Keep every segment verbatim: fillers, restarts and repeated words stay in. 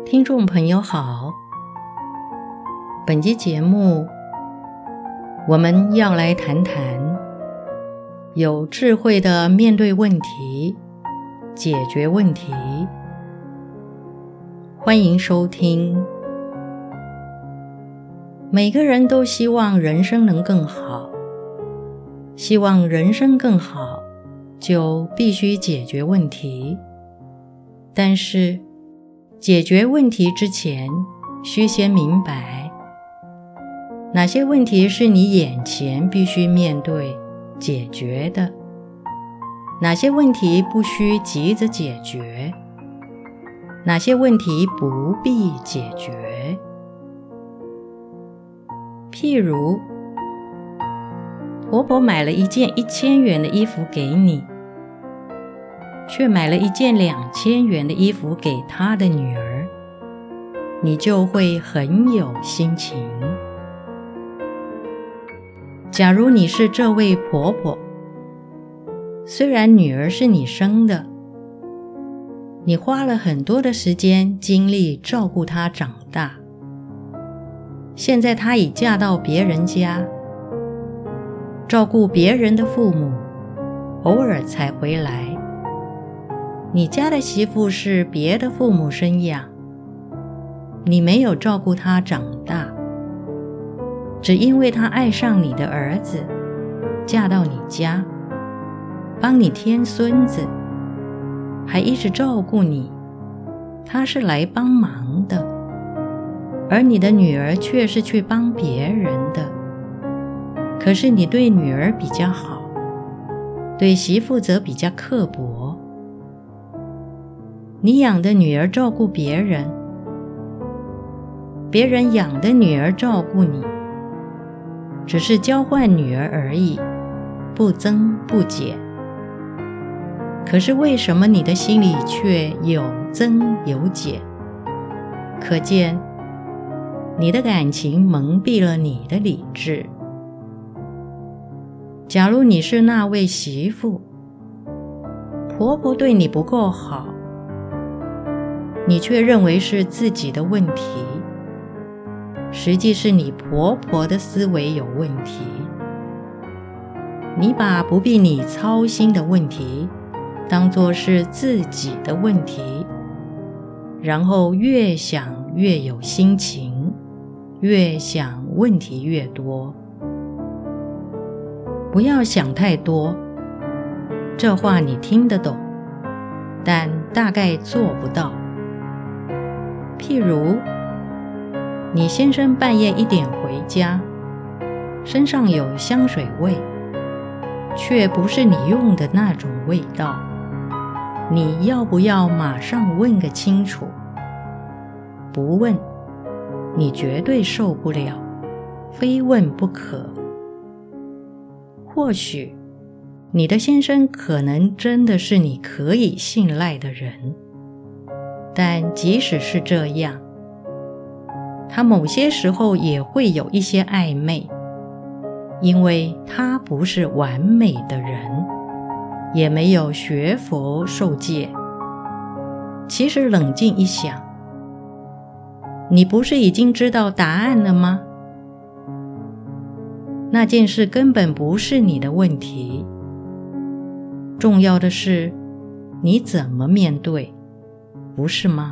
听众朋友好，本期节目我们要来谈谈有智慧的面对问题，解决问题。欢迎收听。每个人都希望人生能更好，希望人生更好，就必须解决问题。但是解决问题之前，需先明白哪些问题是你眼前必须面对解决的，哪些问题不需急着解决，哪些问题不必解决。譬如，婆婆买了一件一千元的衣服给你，却买了一件两千元的衣服给她的女儿，你就会很有心情。假如你是这位婆婆，虽然女儿是你生的，你花了很多的时间精力照顾她长大，现在她已嫁到别人家，照顾别人的父母，偶尔才回来。你家的媳妇是别的父母生养，你没有照顾她长大，只因为她爱上你的儿子，嫁到你家，帮你添孙子，还一直照顾你，她是来帮忙的，而你的女儿却是去帮别人的。可是你对女儿比较好，对媳妇则比较刻薄。你养的女儿照顾别人，别人养的女儿照顾你，只是交换女儿而已，不增不减。可是为什么你的心里却有增有减？可见你的感情蒙蔽了你的理智。假如你是那位媳妇，婆婆对你不够好，你却认为是自己的问题，实际是你婆婆的思维有问题。你把不必你操心的问题当作是自己的问题，然后越想越有心情，越想问题越多。不要想太多，这话你听得懂，但大概做不到。譬如，你先生半夜一点回家，身上有香水味，却不是你用的那种味道，你要不要马上问个清楚？不问，你绝对受不了，非问不可。或许，你的先生可能真的是你可以信赖的人，但即使是这样，他某些时候也会有一些暧昧，因为他不是完美的人，也没有学佛受戒。其实冷静一想，你不是已经知道答案了吗？那件事根本不是你的问题，重要的是你怎么面对，不是吗？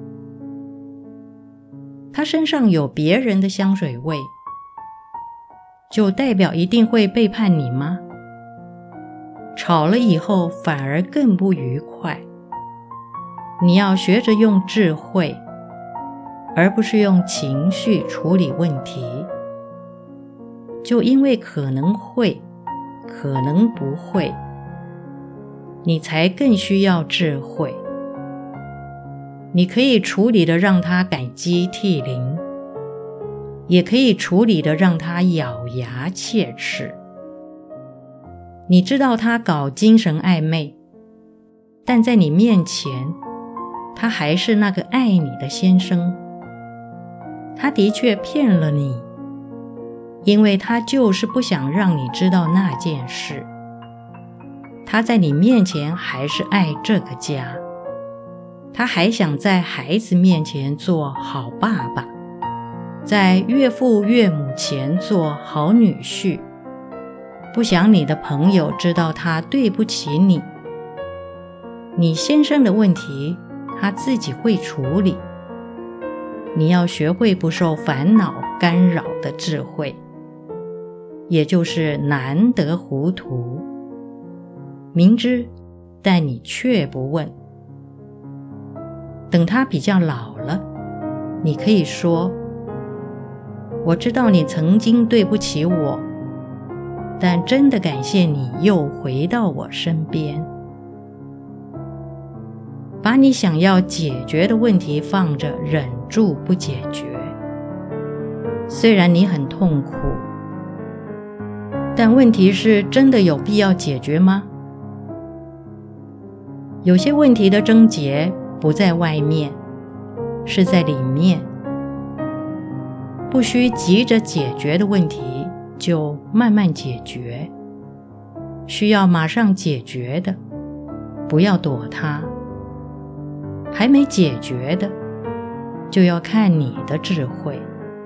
他身上有别人的香水味，就代表一定会背叛你吗？吵了以后反而更不愉快。你要学着用智慧，而不是用情绪处理问题。就因为可能会，可能不会，你才更需要智慧。你可以处理的让他感激涕零，也可以处理的让他咬牙切齿。你知道他搞精神暧昧，但在你面前，他还是那个爱你的先生。他的确骗了你，因为他就是不想让你知道那件事。他在你面前还是爱这个家， 他还想在孩子面前做好爸爸，在岳父岳母前做好女婿，不想你的朋友知道他对不起你。你先生的问题，他自己会处理。你要学会不受烦恼干扰的智慧，也就是难得糊涂。明知，但你却不问。等他比较老了，你可以说：我知道你曾经对不起我，但真的感谢你又回到我身边。把你想要解决的问题放着，忍住不解决。虽然你很痛苦，但问题是真的有必要解决吗？有些问题的症结不在外面，是在里面。不需急着解决的问题，就慢慢解决。需要马上解决的，不要躲它。还没解决的，就要看你的智慧。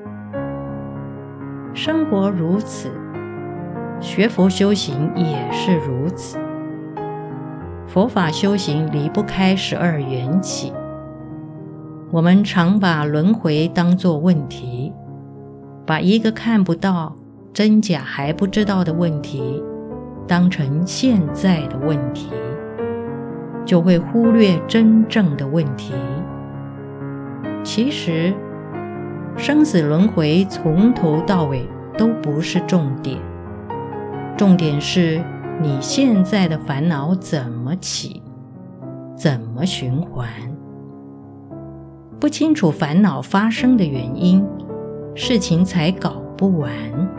生活如此，学佛修行也是如此。佛法修行离不开十二缘起。我们常把轮回当作问题，把一个看不到、真假还不知道的问题当成现在的问题，就会忽略真正的问题。其实，生死轮回从头到尾都不是重点，重点是你现在的烦恼怎么起，怎么循环。不清楚烦恼发生的原因，事情才搞不完。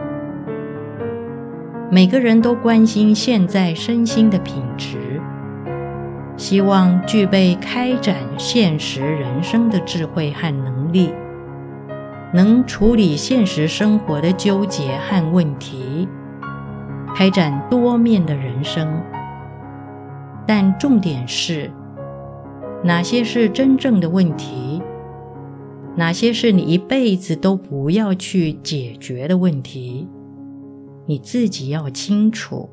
每个人都关心现在身心的品质，希望具备开展现实人生的智慧和能力，能处理现实生活的纠结和问题，开展多面的人生。但重点是，哪些是真正的问题，哪些是你一辈子都不要去解决的问题，你自己要清楚。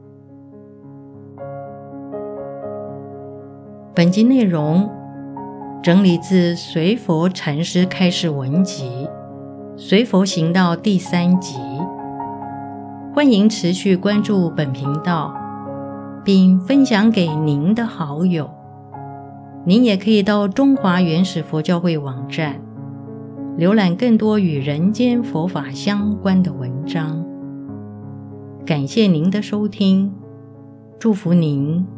本集内容整理自随佛禅师开示文集随佛行道第三集。欢迎持续关注本频道，并分享给您的好友。您也可以到中华原始佛教会网站浏览更多与人间佛法相关的文章。感谢您的收听，祝福您